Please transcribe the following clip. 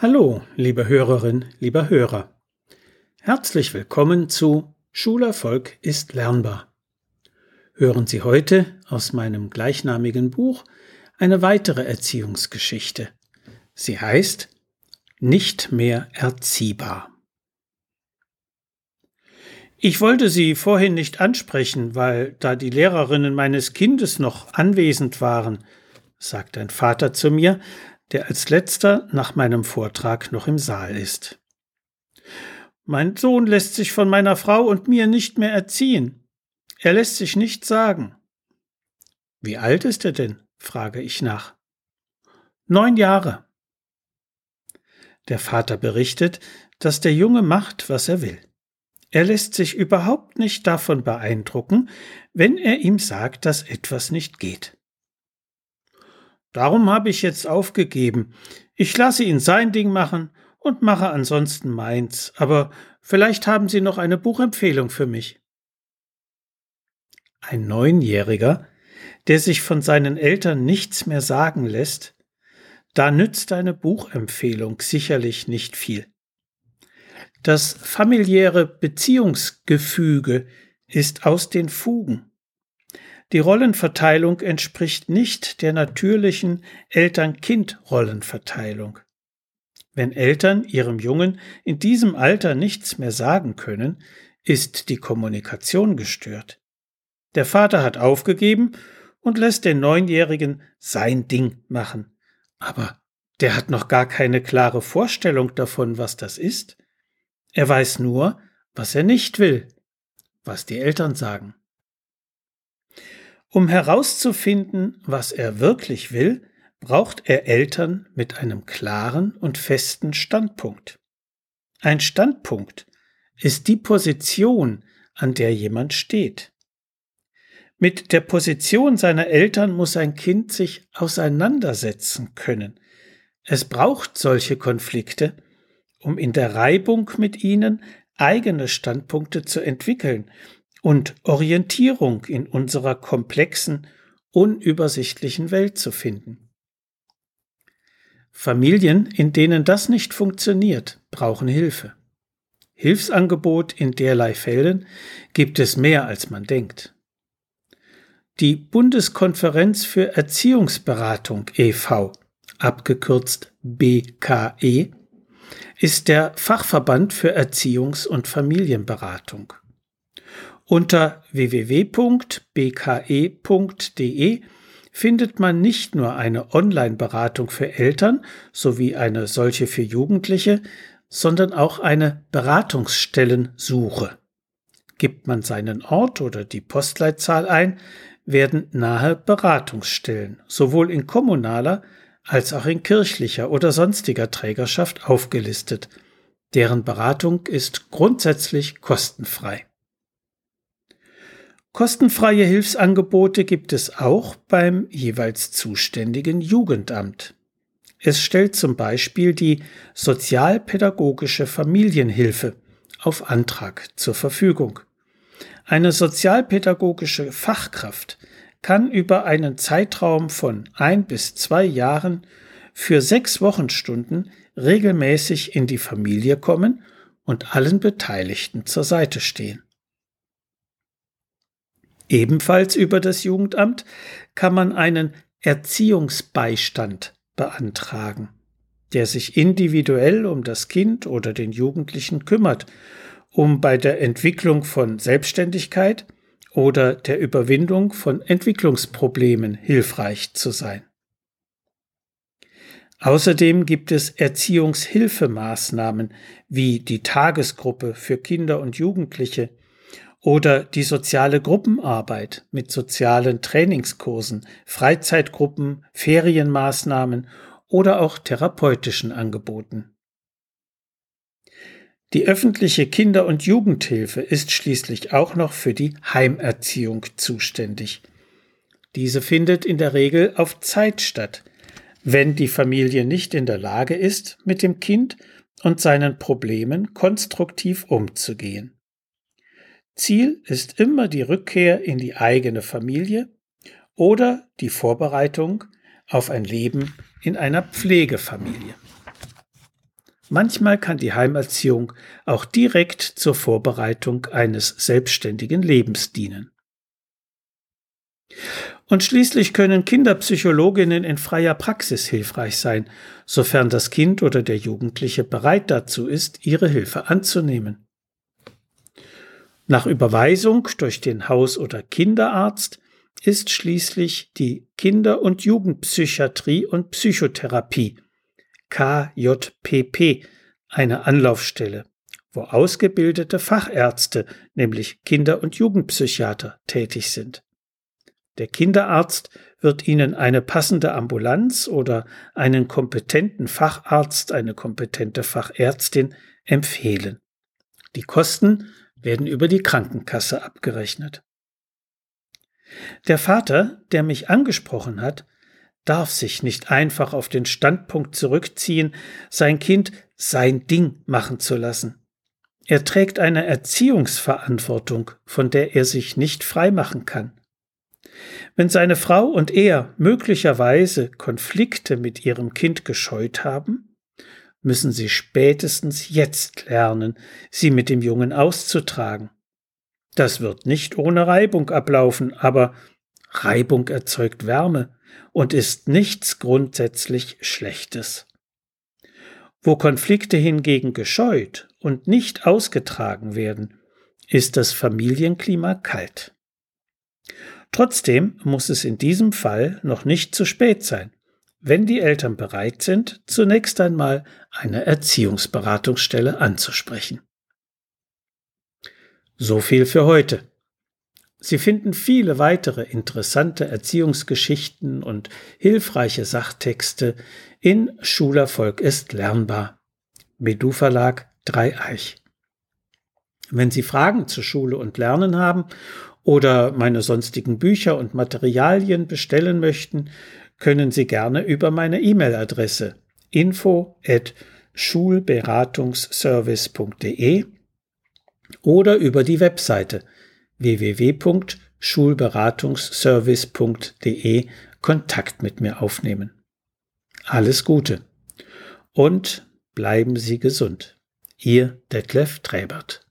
Hallo, liebe Hörerin, lieber Hörer. Herzlich willkommen zu Schulerfolg ist lernbar. Hören Sie heute aus meinem gleichnamigen Buch eine weitere Erziehungsgeschichte. Sie heißt Nicht mehr erziehbar. Ich wollte Sie vorhin nicht ansprechen, weil da die Lehrerinnen meines Kindes noch anwesend waren, sagt ein Vater zu mir, der als letzter nach meinem Vortrag noch im Saal ist. Mein Sohn lässt sich von meiner Frau und mir nicht mehr erziehen. Er lässt sich nichts sagen. Wie alt ist er denn? Frage ich nach. 9 Jahre. Der Vater berichtet, dass der Junge macht, was er will. Er lässt sich überhaupt nicht davon beeindrucken, wenn er ihm sagt, dass etwas nicht geht. Darum habe ich jetzt aufgegeben. Ich lasse ihn sein Ding machen und mache ansonsten meins, aber vielleicht haben Sie noch eine Buchempfehlung für mich. Ein 9-Jähriger, der sich von seinen Eltern nichts mehr sagen lässt, da nützt eine Buchempfehlung sicherlich nicht viel. Das familiäre Beziehungsgefüge ist aus den Fugen. Die Rollenverteilung entspricht nicht der natürlichen Eltern-Kind-Rollenverteilung. Wenn Eltern ihrem Jungen in diesem Alter nichts mehr sagen können, ist die Kommunikation gestört. Der Vater hat aufgegeben und lässt den 9-Jährigen sein Ding machen. Aber der hat noch gar keine klare Vorstellung davon, was das ist. Er weiß nur, was er nicht will, was die Eltern sagen. Um herauszufinden, was er wirklich will, braucht er Eltern mit einem klaren und festen Standpunkt. Ein Standpunkt ist die Position, an der jemand steht. Mit der Position seiner Eltern muss ein Kind sich auseinandersetzen können. Es braucht solche Konflikte, um in der Reibung mit ihnen eigene Standpunkte zu entwickeln und Orientierung in unserer komplexen, unübersichtlichen Welt zu finden. Familien, in denen das nicht funktioniert, brauchen Hilfe. Hilfsangebot in derlei Fällen gibt es mehr, als man denkt. Die Bundeskonferenz für Erziehungsberatung e.V., abgekürzt BKE, ist der Fachverband für Erziehungs- und Familienberatung. Unter www.bke.de findet man nicht nur eine Online-Beratung für Eltern sowie eine solche für Jugendliche, sondern auch eine Beratungsstellensuche. Gibt man seinen Ort oder die Postleitzahl ein, werden nahe Beratungsstellen, sowohl in kommunaler als auch in kirchlicher oder sonstiger Trägerschaft aufgelistet. Deren Beratung ist grundsätzlich kostenfrei. Kostenfreie Hilfsangebote gibt es auch beim jeweils zuständigen Jugendamt. Es stellt zum Beispiel die sozialpädagogische Familienhilfe auf Antrag zur Verfügung. Eine sozialpädagogische Fachkraft kann über einen Zeitraum von 1 bis 2 Jahren für 6 Wochenstunden regelmäßig in die Familie kommen und allen Beteiligten zur Seite stehen. Ebenfalls über das Jugendamt kann man einen Erziehungsbeistand beantragen, der sich individuell um das Kind oder den Jugendlichen kümmert, um bei der Entwicklung von Selbstständigkeit oder der Überwindung von Entwicklungsproblemen hilfreich zu sein. Außerdem gibt es Erziehungshilfemaßnahmen wie die Tagesgruppe für Kinder und Jugendliche oder die soziale Gruppenarbeit mit sozialen Trainingskursen, Freizeitgruppen, Ferienmaßnahmen oder auch therapeutischen Angeboten. Die öffentliche Kinder- und Jugendhilfe ist schließlich auch noch für die Heimerziehung zuständig. Diese findet in der Regel auf Zeit statt, wenn die Familie nicht in der Lage ist, mit dem Kind und seinen Problemen konstruktiv umzugehen. Ziel ist immer die Rückkehr in die eigene Familie oder die Vorbereitung auf ein Leben in einer Pflegefamilie. Manchmal kann die Heimerziehung auch direkt zur Vorbereitung eines selbstständigen Lebens dienen. Und schließlich können Kinderpsychologinnen in freier Praxis hilfreich sein, sofern das Kind oder der Jugendliche bereit dazu ist, ihre Hilfe anzunehmen. Nach Überweisung durch den Haus- oder Kinderarzt ist schließlich die Kinder- und Jugendpsychiatrie und Psychotherapie KJPP eine Anlaufstelle, wo ausgebildete Fachärzte, nämlich Kinder- und Jugendpsychiater, tätig sind. Der Kinderarzt wird Ihnen eine passende Ambulanz oder einen kompetenten Facharzt, eine kompetente Fachärztin empfehlen. Die Kosten werden über die Krankenkasse abgerechnet. Der Vater, der mich angesprochen hat, darf sich nicht einfach auf den Standpunkt zurückziehen, sein Kind sein Ding machen zu lassen. Er trägt eine Erziehungsverantwortung, von der er sich nicht freimachen kann. Wenn seine Frau und er möglicherweise Konflikte mit ihrem Kind gescheut haben, müssen sie spätestens jetzt lernen, sie mit dem Jungen auszutragen. Das wird nicht ohne Reibung ablaufen, aber Reibung erzeugt Wärme und ist nichts grundsätzlich Schlechtes. Wo Konflikte hingegen gescheut und nicht ausgetragen werden, ist das Familienklima kalt. Trotzdem muss es in diesem Fall noch nicht zu spät sein, wenn die Eltern bereit sind, zunächst einmal eine Erziehungsberatungsstelle anzusprechen. So viel für heute. Sie finden viele weitere interessante Erziehungsgeschichten und hilfreiche Sachtexte in Schulerfolg ist lernbar. Medu Verlag, Dreieich. Wenn Sie Fragen zu Schule und Lernen haben oder meine sonstigen Bücher und Materialien bestellen möchten, können Sie gerne über meine E-Mail-Adresse info@schulberatungsservice.de oder über die Webseite www.schulberatungsservice.de Kontakt mit mir aufnehmen. Alles Gute und bleiben Sie gesund. Ihr Detlef Träbert.